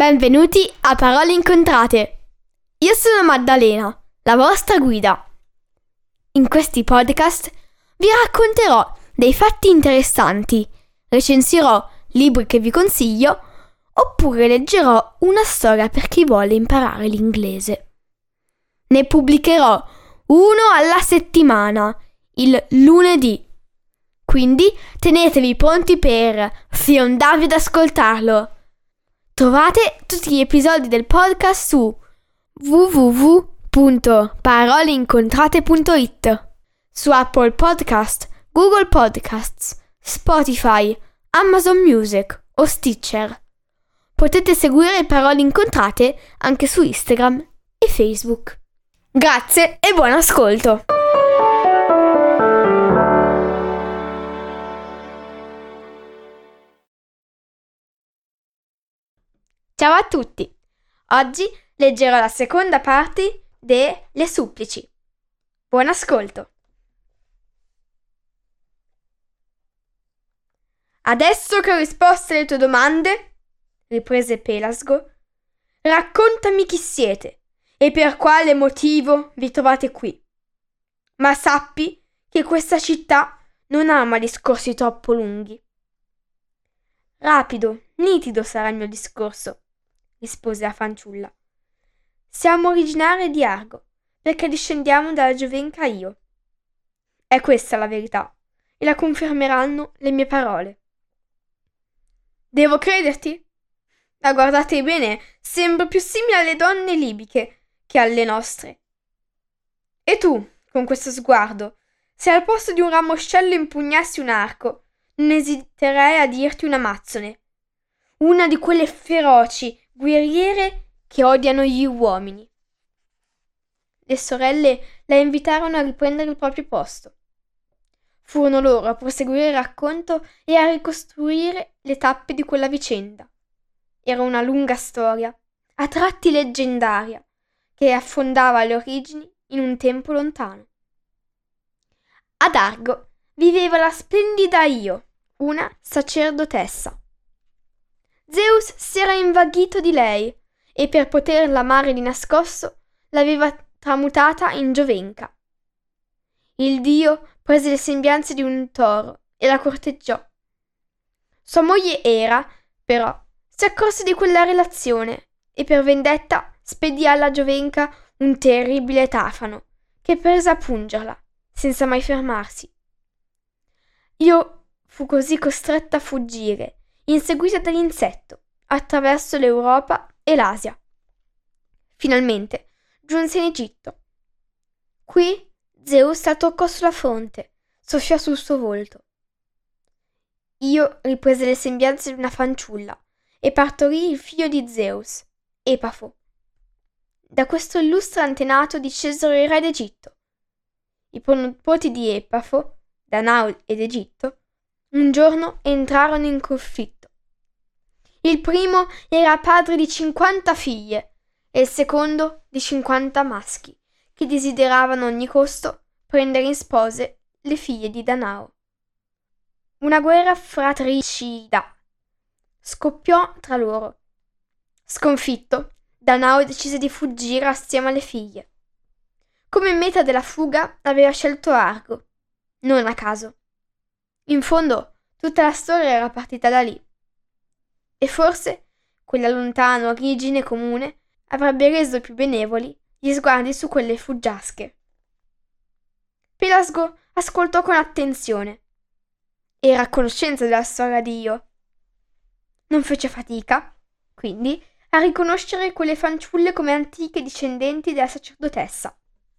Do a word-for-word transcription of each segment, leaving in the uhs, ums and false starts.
Benvenuti a Parole Incontrate. Io sono Maddalena, la vostra guida. In questi podcast vi racconterò dei fatti interessanti, recensirò libri che vi consiglio, oppure leggerò una storia per chi vuole imparare l'inglese. Ne pubblicherò uno alla settimana, il lunedì. Quindi tenetevi pronti per fiondarvi ad ascoltarlo. Trovate tutti gli episodi del podcast su w w w punto parole incontrate punto i t, su Apple Podcast, Google Podcasts, Spotify, Amazon Music o Stitcher. Potete seguire Parole Incontrate anche su Instagram e Facebook. Grazie e buon ascolto! Ciao a tutti! Oggi leggerò la seconda parte de Le supplici. Buon ascolto! Adesso che ho risposto alle tue domande, riprese Pelasgo, raccontami chi siete e per quale motivo vi trovate qui. Ma sappi che questa città non ama discorsi troppo lunghi. Rapido, nitido sarà il mio discorso, rispose la fanciulla. Siamo originari di Argo, perché discendiamo dalla Giovenca io. È questa la verità, e la confermeranno le mie parole. Devo crederti? Ma guardate bene, sembro più simile alle donne libiche che alle nostre. E tu, con questo sguardo, se al posto di un ramoscello impugnassi un arco, non esiterei a dirti una amazzone. Una di quelle feroci guerriere che odiano gli uomini. Le sorelle la invitarono a riprendere il proprio posto. Furono loro a proseguire il racconto e a ricostruire le tappe di quella vicenda. Era una lunga storia, a tratti leggendaria, che affondava le origini in un tempo lontano. Ad Argo viveva la splendida Io, una sacerdotessa. Zeus si era invaghito di lei e per poterla amare di nascosto l'aveva tramutata in Giovenca. Il dio prese le sembianze di un toro e la corteggiò. Sua moglie Era, però, si accorse di quella relazione e per vendetta spedì alla Giovenca un terribile tafano che prese a pungerla senza mai fermarsi. Io fu così costretta a fuggire, inseguita dall'insetto, attraverso l'Europa e l'Asia. Finalmente giunse in Egitto. Qui Zeus la toccò sulla fronte, soffiò sul suo volto. Io riprese le sembianze di una fanciulla e partorì il figlio di Zeus, Epafo. Da questo illustre antenato discesero i re d'Egitto. I pronipoti di Epafo, Danao ed Egitto, un giorno entrarono in conflitto. Il primo era padre di cinquanta figlie e il secondo di cinquanta maschi, che desideravano a ogni costo prendere in spose le figlie di Danao. Una guerra fratricida scoppiò tra loro. Sconfitto, Danao decise di fuggire assieme alle figlie. Come meta della fuga aveva scelto Argo, non a caso. In fondo, tutta la storia era partita da lì. E forse quella lontana origine comune avrebbe reso più benevoli gli sguardi su quelle fuggiasche. Pelasgo ascoltò con attenzione. Era a conoscenza della storia di Io. Non fece fatica, quindi, a riconoscere quelle fanciulle come antiche discendenti della sacerdotessa.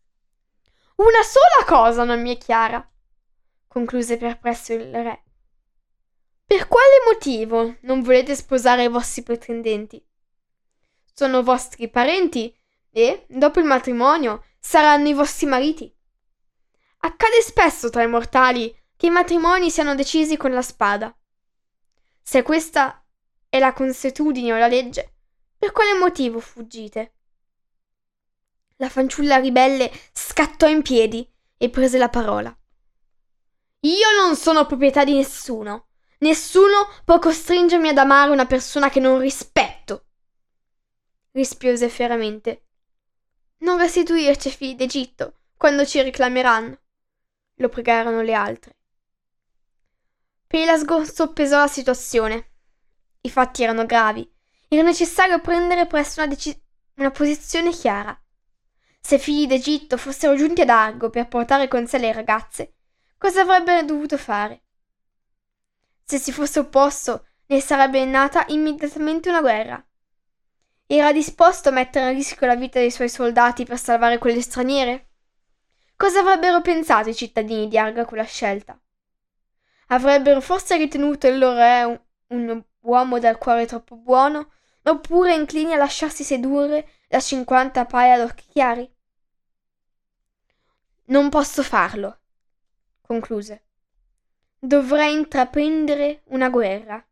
Una sola cosa non mi è chiara, concluse perplesso il re. Per quale motivo non volete sposare i vostri pretendenti? Sono vostri parenti e, dopo il matrimonio, saranno i vostri mariti. Accade spesso tra i mortali che i matrimoni siano decisi con la spada. Se questa è la consuetudine o la legge, per quale motivo fuggite? La fanciulla ribelle scattò in piedi e prese la parola. Io non sono proprietà di nessuno. Nessuno può costringermi ad amare una persona che non rispetto. rispose fieramente. Non restituirci, figli d'Egitto, quando ci reclameranno, lo pregarono le altre. Pelasgo soppesò la situazione. I fatti erano gravi. Era necessario prendere presto una, deci- una posizione chiara. Se i figli d'Egitto fossero giunti ad Argo per portare con sé le ragazze, cosa avrebbero dovuto fare? Se si fosse opposto, ne sarebbe nata immediatamente una guerra. Era disposto a mettere a rischio la vita dei suoi soldati per salvare quelle straniere? Cosa avrebbero pensato i cittadini di Argo a quella scelta? Avrebbero forse ritenuto il loro re un, un uomo dal cuore troppo buono, oppure inclini a lasciarsi sedurre da cinquanta paia d'occhi chiari? Non posso farlo, concluse. Dovrei intraprendere una guerra.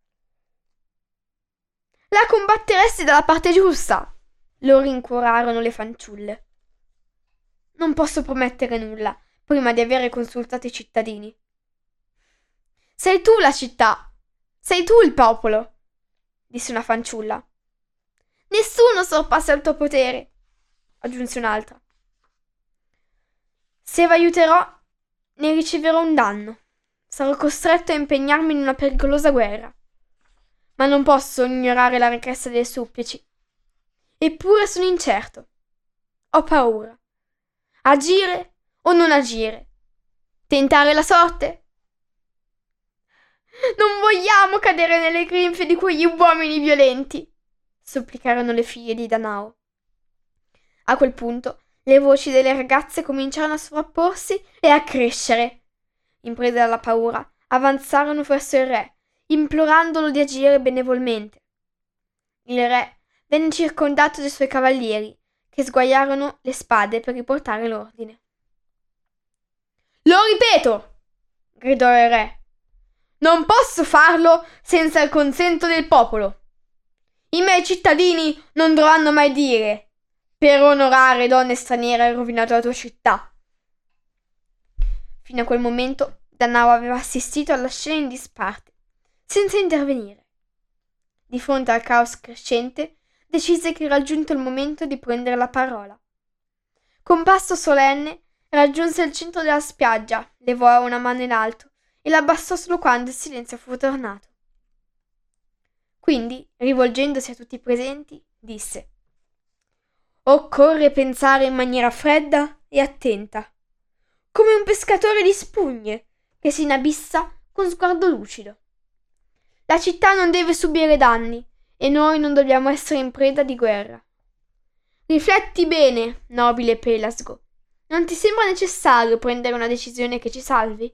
La combatteresti dalla parte giusta, lo rincuorarono le fanciulle. Non posso promettere nulla prima di avere consultato i cittadini. Sei tu la città, sei tu il popolo, disse una fanciulla. Nessuno sorpassa il tuo potere, aggiunse un'altra. Se vi aiuterò, ne riceverò un danno. Sarò costretto a impegnarmi in una pericolosa guerra. Ma non posso ignorare la richiesta dei supplici. Eppure sono incerto. Ho paura. Agire o non agire? Tentare la sorte? Non vogliamo cadere nelle grinfie di quegli uomini violenti, supplicarono le figlie di Danao. A quel punto le voci delle ragazze cominciarono a sovrapporsi e a crescere. In preda alla paura, avanzarono verso il re, implorandolo di agire benevolmente. Il re venne circondato dai suoi cavalieri, che sguaiarono le spade per riportare l'ordine. Lo ripeto, gridò il re. Non posso farlo senza il consenso del popolo. I miei cittadini non dovranno mai dire: per onorare donne straniere hai rovinato la tua città. Fino a quel momento Danao aveva assistito alla scena in disparte, senza intervenire. Di fronte al caos crescente, decise che era giunto il momento di prendere la parola. Con passo solenne raggiunse il centro della spiaggia, levò una mano in alto e l'abbassò solo quando il silenzio fu tornato. Quindi, rivolgendosi a tutti i presenti, disse: occorre pensare in maniera fredda e attenta, come un pescatore di spugne che si inabissa con sguardo lucido. La città non deve subire danni e noi non dobbiamo essere in preda di guerra. Rifletti bene, nobile Pelasgo. Non ti sembra necessario prendere una decisione che ci salvi?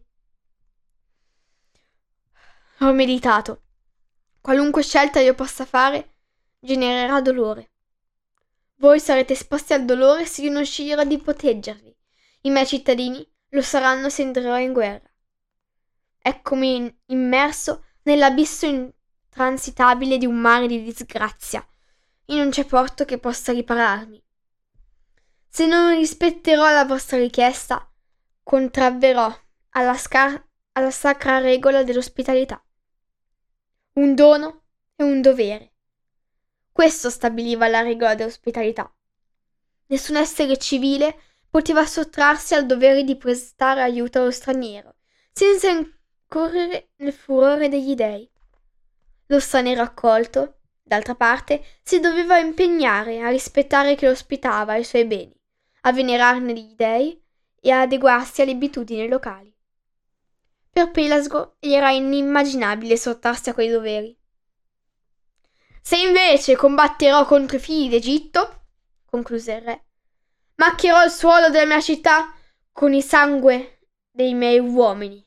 Ho meditato. Qualunque scelta io possa fare genererà dolore. Voi sarete esposti al dolore se io non sceglierò di proteggervi. I miei cittadini lo saranno se entrerò in guerra. Eccomi immerso nell'abisso intransitabile di un mare di disgrazia, e non c'è porto che possa ripararmi. Se non rispetterò la vostra richiesta, contravverrò alla, scar- alla sacra regola dell'ospitalità. Un dono e un dovere. Questo stabiliva la regola dell'ospitalità. Nessun essere civile poteva sottrarsi al dovere di prestare aiuto allo straniero, senza incorrere nel furore degli dei. Lo straniero accolto, d'altra parte, si doveva impegnare a rispettare chi lo ospitava e i suoi beni, a venerarne gli dei e a adeguarsi alle abitudini locali. Per Pelasgo gli era inimmaginabile sottrarsi a quei doveri. Se invece combatterò contro i figli d'Egitto, concluse il re, macchierò il suolo della mia città con il sangue dei miei uomini.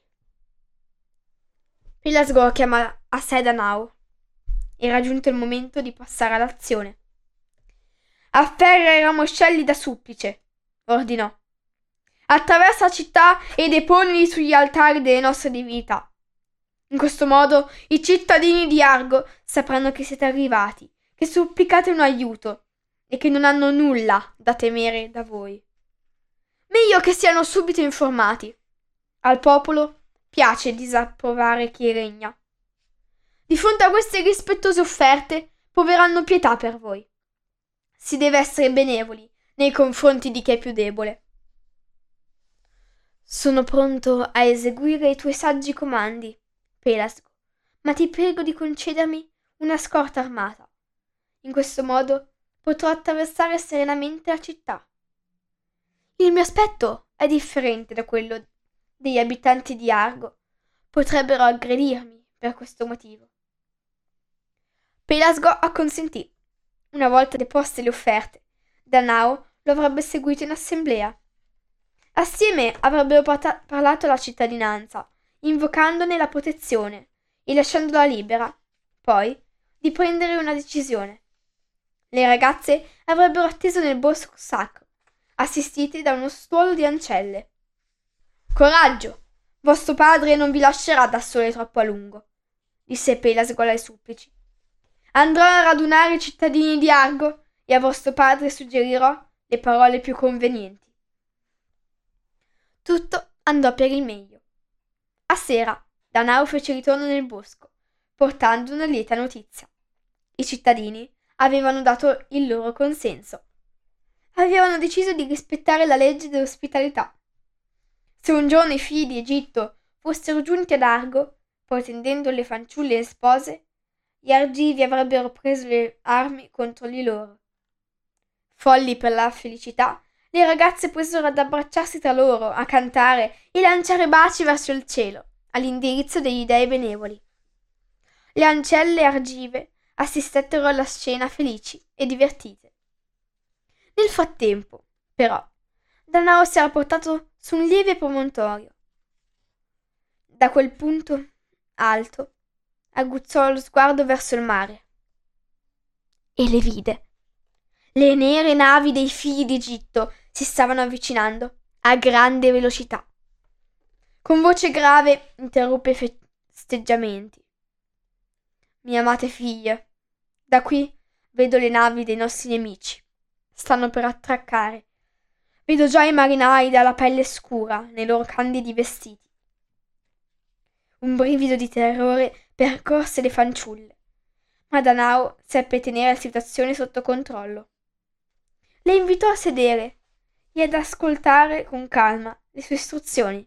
Pelasgo chiamò a sé Danao. Era giunto il momento di passare all'azione. Afferra i ramoscelli da supplice, ordinò. Attraversa la città e deponili sugli altari delle nostre divinità. In questo modo i cittadini di Argo sapranno che siete arrivati, che supplicate un aiuto e che non hanno nulla da temere da voi. Meglio che siano subito informati. Al popolo piace disapprovare chi regna. Di fronte a queste rispettose offerte proveranno pietà per voi. si deve essere benevoli nei confronti di chi è più debole. Sono pronto a eseguire i tuoi saggi comandi, Pelasgo, ma ti prego di concedermi una scorta armata. In questo modo potrò attraversare serenamente la città. Il mio aspetto è differente da quello degli abitanti di Argo. Potrebbero aggredirmi per questo motivo. Pelasgo acconsentì. Una volta deposte le offerte, Danao lo avrebbe seguito in assemblea. Assieme avrebbero parta- parlato alla cittadinanza, invocandone la protezione e lasciandola libera, poi, di prendere una decisione. Le ragazze avrebbero atteso nel bosco sacro, assistite da uno stuolo di ancelle. Coraggio! Vostro padre non vi lascerà da sole troppo a lungo, disse Pelasgo ai supplici. Andrò a radunare i cittadini di Argo e a vostro padre suggerirò le parole più convenienti. Tutto andò per il meglio. A sera, Danao fece ritorno nel bosco, portando una lieta notizia. I cittadini avevano dato il loro consenso. Avevano deciso di rispettare la legge dell'ospitalità. Se un giorno i figli di Egitto fossero giunti ad Argo, pretendendo le fanciulle in spose, gli argivi avrebbero preso le armi contro di loro. Folli per la felicità, le ragazze presero ad abbracciarsi tra loro, a cantare e lanciare baci verso il cielo, all'indirizzo degli dei benevoli. Le ancelle argive assistettero alla scena felici e divertite. Nel frattempo, però, Danao si era portato su un lieve promontorio. Da quel punto alto aguzzò lo sguardo verso il mare e le vide. Le nere navi dei figli d'Egitto si stavano avvicinando a grande velocità. Con voce grave interruppe i festeggiamenti. Mie amate figlie, da qui vedo le navi dei nostri nemici. Stanno per attraccare. Vedo già i marinai dalla pelle scura nei loro candidi vestiti. Un brivido di terrore percorse le fanciulle, ma Danao seppe tenere la situazione sotto controllo. Le invitò a sedere e ad ascoltare con calma le sue istruzioni.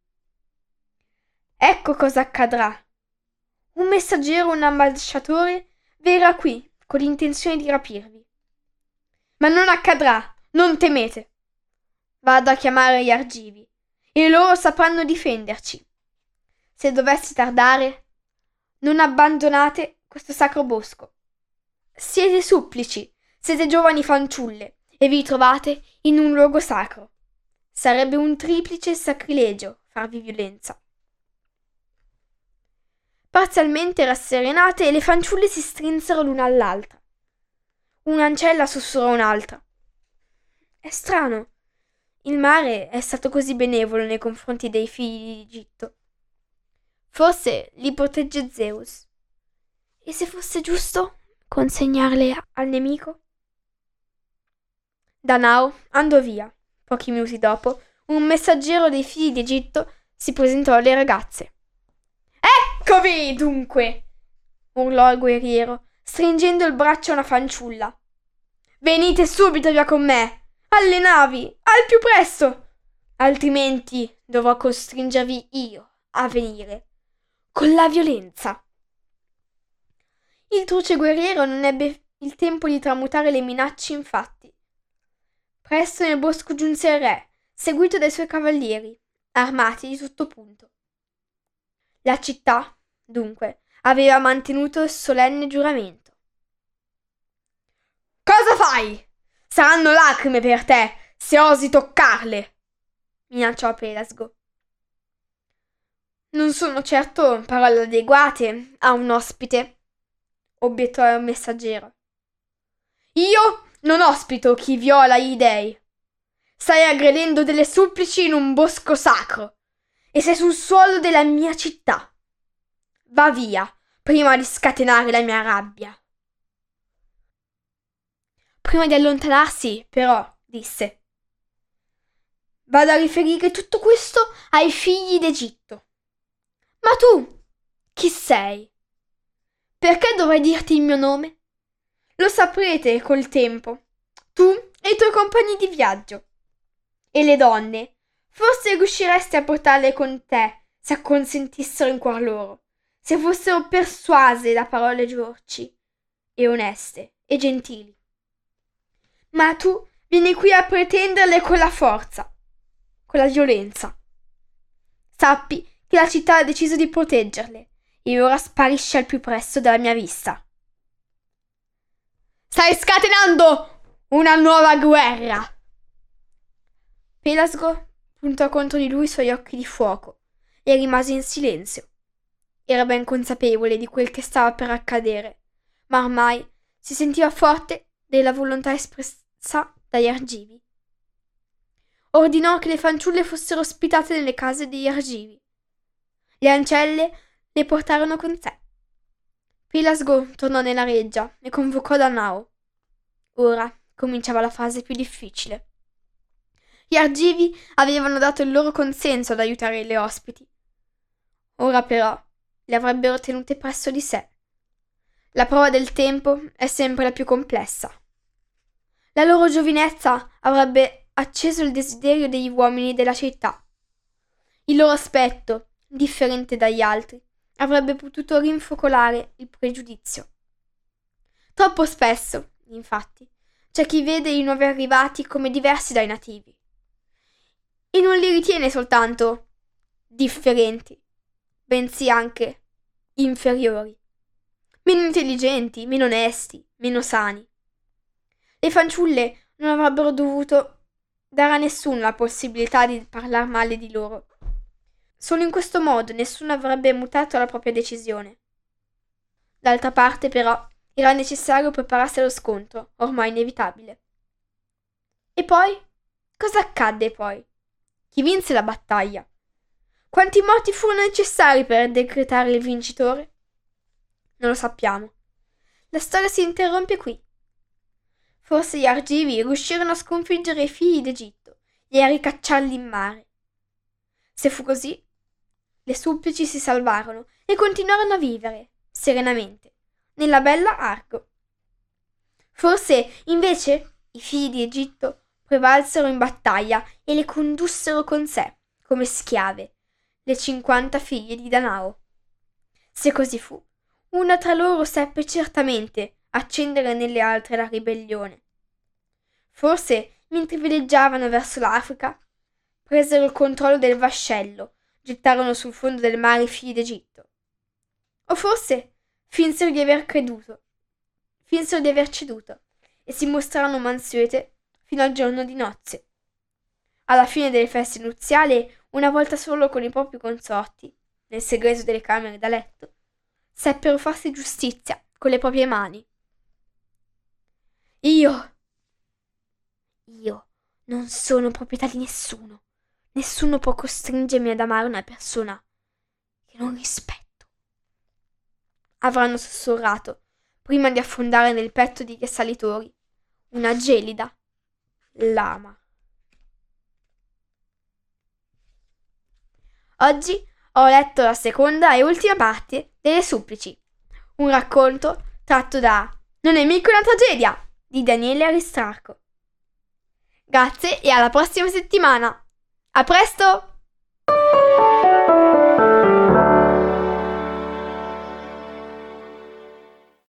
Ecco cosa accadrà. Un messaggero, un ambasciatore, verrà qui con l'intenzione di rapirvi. Ma non accadrà, non temete. Vado a chiamare gli argivi e loro sapranno difenderci. Se dovessi tardare, non abbandonate questo sacro bosco. Siete supplici, siete giovani fanciulle e vi trovate in un luogo sacro. Sarebbe un triplice sacrilegio farvi violenza. Parzialmente rasserenate, le fanciulle si strinsero l'una all'altra. Un'ancella sussurrò un'altra. È strano. Il mare è stato così benevolo nei confronti dei figli d'Egitto. Forse li protegge Zeus. E se fosse giusto consegnarle al nemico? Danao andò via. Pochi minuti dopo, un messaggero dei figli d'Egitto si presentò alle ragazze. Eccovi, dunque! Urlò il guerriero, stringendo il braccio a una fanciulla. Venite subito via con me! Alle navi! Al più presto! Altrimenti dovrò costringervi io a venire con la violenza. Il truce guerriero non ebbe il tempo di tramutare le minacce in fatti. Presto nel bosco giunse il re, seguito dai suoi cavalieri, armati di tutto punto. La città, dunque, aveva mantenuto il solenne giuramento. Cosa fai? Saranno lacrime per te se osi toccarle, minacciò Pelasgo. Non sono certo parole adeguate a un ospite, obiettò il messaggero. Io non ospito chi viola gli dei. Stai aggredendo delle supplici in un bosco sacro e sei sul suolo della mia città. Va via prima di scatenare la mia rabbia. Prima di allontanarsi, però, disse: vado a riferire tutto questo ai figli d'Egitto. Ma tu, chi sei? Perché dovrei dirti il mio nome? Lo saprete col tempo. tu e i tuoi compagni di viaggio. E le donne, forse riusciresti a portarle con te se acconsentissero in cuor loro, se fossero persuase da parole giorci e oneste e gentili. Ma tu vieni qui a pretenderle con la forza, con la violenza. Sappi che la città ha deciso di proteggerle e ora sparisci al più presto dalla mia vista. Stai scatenando una nuova guerra! Pelasgo puntò contro di lui i suoi occhi di fuoco e rimase in silenzio. Era ben consapevole di quel che stava per accadere, ma ormai si sentiva forte della volontà espressa dagli argivi. Ordinò che le fanciulle fossero ospitate nelle case degli argivi. Le ancelle le portarono con sé. Pelasgo tornò nella reggia e convocò Danao. Ora cominciava la fase più difficile. Gli argivi avevano dato il loro consenso ad aiutare le ospiti. Ora però le avrebbero tenute presso di sé. La prova del tempo è sempre la più complessa. La loro giovinezza avrebbe acceso il desiderio degli uomini della città. Il loro aspetto, differente dagli altri, avrebbe potuto rinfocolare il pregiudizio. Troppo spesso, infatti, c'è chi vede i nuovi arrivati come diversi dai nativi e non li ritiene soltanto differenti, bensì anche inferiori, meno intelligenti, meno onesti, meno sani. Le fanciulle non avrebbero dovuto dare a nessuno la possibilità di parlare male di loro. Solo in questo modo nessuno avrebbe mutato la propria decisione. D'altra parte, però, era necessario prepararsi allo scontro, ormai inevitabile. E poi? Cosa accadde poi? Chi vinse la battaglia? Quanti morti furono necessari per decretare il vincitore? Non lo sappiamo. La storia si interrompe qui. Forse gli argivi riuscirono a sconfiggere i figli d'Egitto e a ricacciarli in mare. Se fu così, le supplici si salvarono e continuarono a vivere, serenamente, nella bella Argo. Forse, invece, i figli di Egitto prevalsero in battaglia e le condussero con sé, come schiave, le cinquanta figlie di Danao. Se così fu, una tra loro seppe certamente accendere nelle altre la ribellione. Forse, mentre veleggiavano verso l'Africa, presero il controllo del vascello, gettarono sul fondo del mare i figli d'Egitto. O forse finsero di aver creduto, finsero di aver ceduto e si mostrarono mansuete fino al giorno di nozze. Alla fine delle feste nuziali, una volta solo con i propri consorti, nel segreto delle camere da letto, seppero farsi giustizia con le proprie mani. Io, io non sono proprietà di nessuno. Nessuno può costringermi ad amare una persona che non rispetto. Avranno sussurrato, prima di affondare nel petto degli assalitori una gelida lama. Oggi ho letto la seconda e ultima parte delle Supplici, un racconto tratto da Non è mica una tragedia di Daniele Aristarco. Grazie e alla prossima settimana. A presto!